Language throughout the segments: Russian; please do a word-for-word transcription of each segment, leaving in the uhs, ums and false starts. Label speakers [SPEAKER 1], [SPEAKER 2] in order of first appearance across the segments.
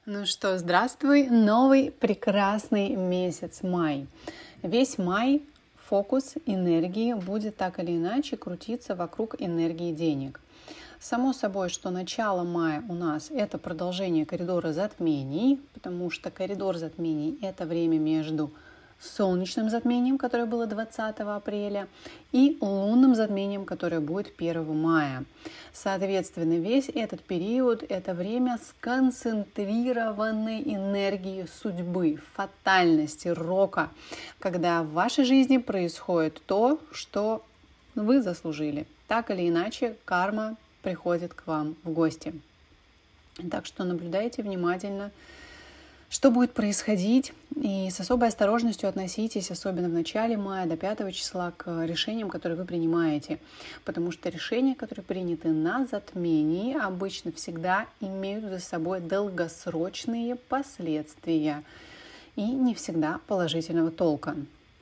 [SPEAKER 1] Ну что, здравствуй, новый прекрасный месяц май. Весь май фокус энергии будет так или иначе крутиться вокруг энергии денег. Само собой, что начало мая у нас это продолжение коридора затмений, потому что коридор затмений это время между солнечным затмением, которое было двадцатого апреля, и лунным затмением, которое будет первого мая. Соответственно, весь этот период – это время сконцентрированной энергии судьбы, фатальности, рока, когда в вашей жизни происходит то, что вы заслужили. Так или иначе, карма приходит к вам в гости. Так что наблюдайте внимательно, что будет происходить, и с особой осторожностью относитесь, особенно в начале мая до пятого числа, к решениям, которые вы принимаете. Потому что решения, которые приняты на затмении, обычно всегда имеют за собой долгосрочные последствия и не всегда положительного толка.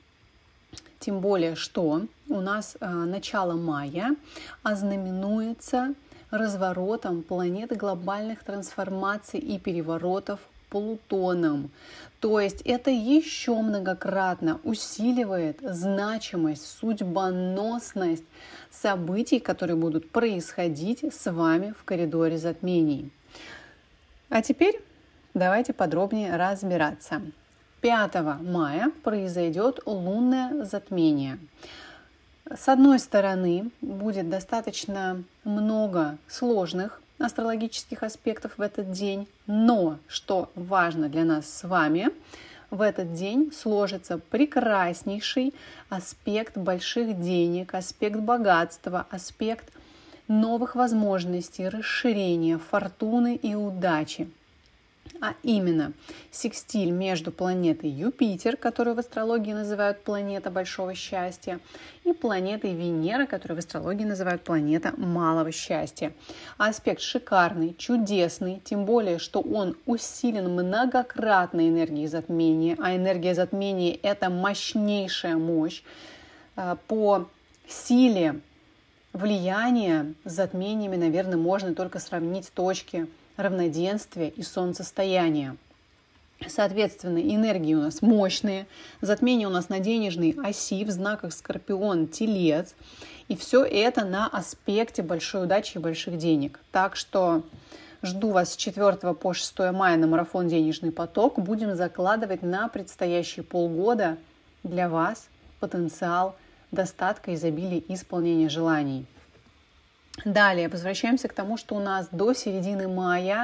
[SPEAKER 1] Тем более, что у нас начало мая ознаменуется разворотом планеты глобальных трансформаций и переворотов Плутоном. То есть это еще многократно усиливает значимость, судьбоносность событий, которые будут происходить с вами в коридоре затмений. А теперь давайте подробнее разбираться. пятого мая произойдет лунное затмение. С одной стороны, будет достаточно много сложных астрологических аспектов в этот день, но, что важно для нас с вами, в этот день сложится прекраснейший аспект больших денег, аспект богатства, аспект новых возможностей, расширения, фортуны и удачи. А именно секстиль между планетой Юпитер, которую в астрологии называют планета большого счастья, и планетой Венера, которую в астрологии называют планета малого счастья. Аспект шикарный, чудесный, тем более, что он усилен многократной энергией затмения, а энергия затмения – это мощнейшая мощь. По силе влияния с затмениями, наверное, можно только сравнить точки равноденствия и солнцестояния. Соответственно, энергии у нас мощные, затмение у нас на денежной оси в знаках Скорпион, Телец, и все это на аспекте большой удачи и больших денег. Так что жду вас с четвёртого по шестое мая на марафон «Денежный поток». Будем закладывать на предстоящие полгода для вас потенциал достатка, изобилия и исполнения желаний. Далее возвращаемся к тому, что у нас до середины мая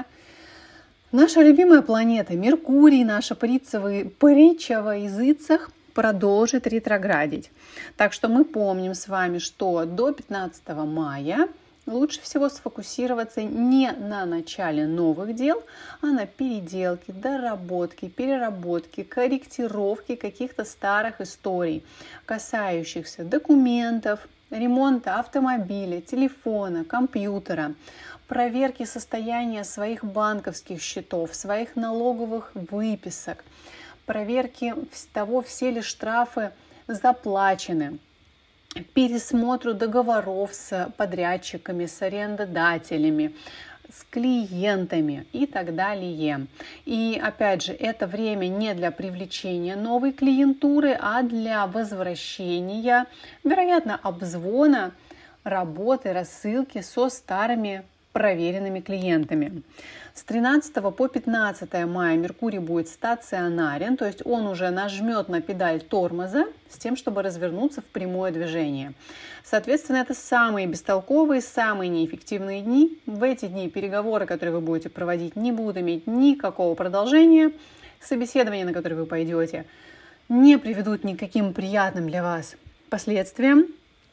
[SPEAKER 1] наша любимая планета Меркурий, наша притча во языцах, продолжит ретроградить. Так что мы помним с вами, что до пятнадцатого мая лучше всего сфокусироваться не на начале новых дел, а на переделке, доработке, переработке, корректировке каких-то старых историй, касающихся документов, ремонта автомобиля, телефона, компьютера, проверки состояния своих банковских счетов, своих налоговых выписок, проверки того, все ли штрафы заплачены, пересмотру договоров с подрядчиками, с арендодателями, с клиентами и так далее. И опять же, это время не для привлечения новой клиентуры, а для возвращения, вероятно, обзвона, работы, рассылки со старыми проверенными клиентами. С тринадцатого по пятнадцатое мая Меркурий будет стационарен, то есть он уже нажмет на педаль тормоза с тем, чтобы развернуться в прямое движение. Соответственно, это самые бестолковые, самые неэффективные дни. В эти дни переговоры, которые вы будете проводить, не будут иметь никакого продолжения. Собеседования, на которые вы пойдете, не приведут ни к каким приятным для вас последствиям.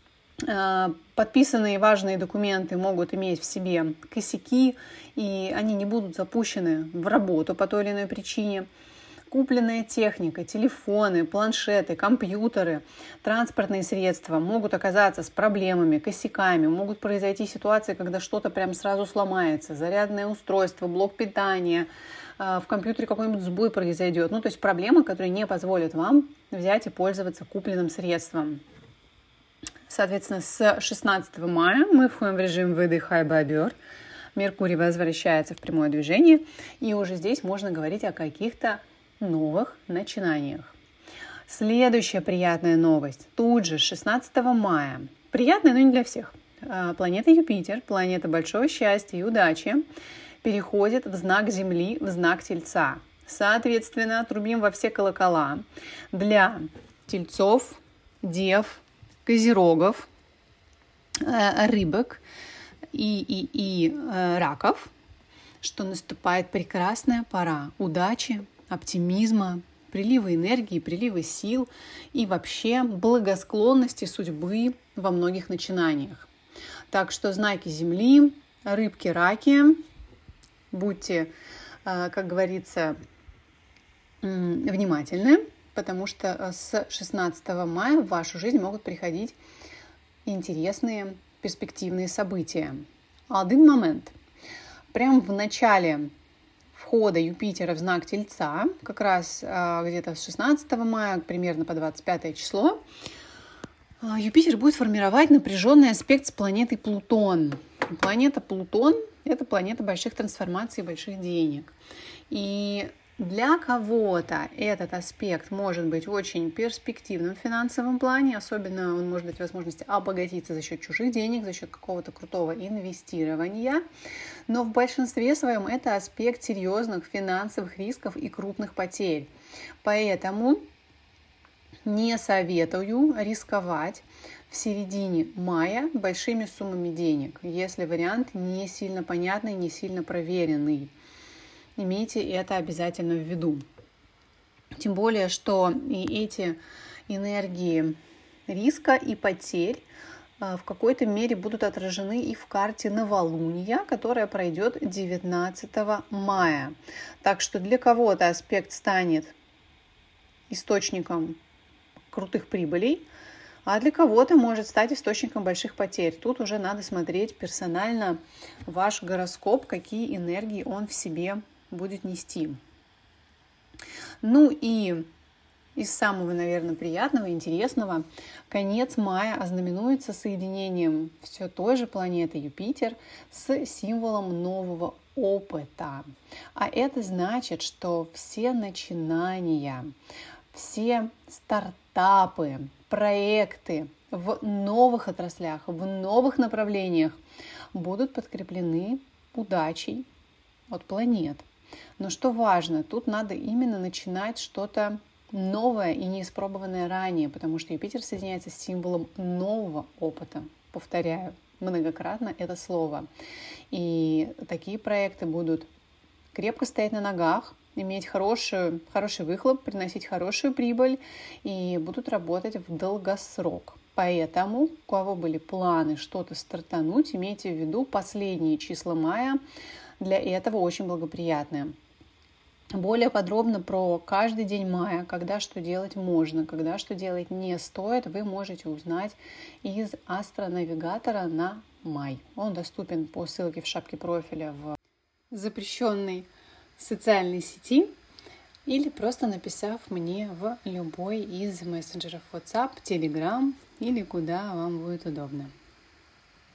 [SPEAKER 1] Подписанные важные документы могут иметь в себе косяки, и они не будут запущены в работу по той или иной причине. Купленная техника, телефоны, планшеты, компьютеры, транспортные средства могут оказаться с проблемами, косяками, могут произойти ситуации, когда что-то прям сразу сломается, зарядное устройство, блок питания, в компьютере какой-нибудь сбой произойдет. Ну, то есть проблемы, которые не позволят вам взять и пользоваться купленным средством. Соответственно, с шестнадцатого мая мы входим в режим «выдыхай, бобер». Меркурий возвращается в прямое движение, и уже здесь можно говорить о каких-то новых начинаниях. Следующая приятная новость. Тут же, шестнадцатого мая. Приятная, но не для всех. Планета Юпитер, планета большого счастья и удачи, переходит в знак Земли, в знак Тельца. Соответственно, трубим во все колокола для тельцов, дев, козерогов, рыбок и, и, и раков, что наступает прекрасная пора удачи, оптимизма, прилива энергии, прилива сил и вообще благосклонности судьбы во многих начинаниях. Так что знаки Земли, рыбки, раки, будьте, как говорится, внимательны, потому что с шестнадцатого мая в вашу жизнь могут приходить интересные перспективные события. Один момент. Прямо в начале входа Юпитера в знак Тельца, как раз где-то с шестнадцатого мая, примерно по двадцать пятое число, Юпитер будет формировать напряженный аспект с планетой Плутон. Планета Плутон – это планета больших трансформаций, больших денег. И для кого-то этот аспект может быть очень перспективным в финансовом плане, особенно он может дать возможность обогатиться за счет чужих денег, за счет какого-то крутого инвестирования. Но в большинстве своем это аспект серьезных финансовых рисков и крупных потерь. Поэтому не советую рисковать в середине мая большими суммами денег, если вариант не сильно понятный, не сильно проверенный. Имейте это обязательно в виду. Тем более, что и эти энергии риска и потерь в какой-то мере будут отражены и в карте новолуния, которая пройдет девятнадцатого мая. Так что для кого-то аспект станет источником крутых прибылей, а для кого-то может стать источником больших потерь. Тут уже надо смотреть персонально ваш гороскоп, какие энергии он в себе будет нести. Ну и из самого, наверное, приятного, интересного, конец мая ознаменуется соединением все той же планеты Юпитер с символом нового опыта. А это значит, что все начинания, все стартапы, проекты в новых отраслях, в новых направлениях будут подкреплены удачей от планет. Но что важно, тут надо именно начинать что-то новое и неиспробованное ранее, потому что Юпитер соединяется с символом нового опыта. Повторяю многократно это слово. И такие проекты будут крепко стоять на ногах, иметь хорошую, хороший выхлоп, приносить хорошую прибыль и будут работать в долгосрок. Поэтому, у кого были планы что-то стартануть, имейте в виду, последние числа мая для этого очень благоприятные. Более подробно про каждый день мая, когда что делать можно, когда что делать не стоит, вы можете узнать из астронавигатора на май. Он доступен по ссылке в шапке профиля в запрещенной социальной сети или просто написав мне в любой из мессенджеров WhatsApp, Telegram или куда вам будет удобно.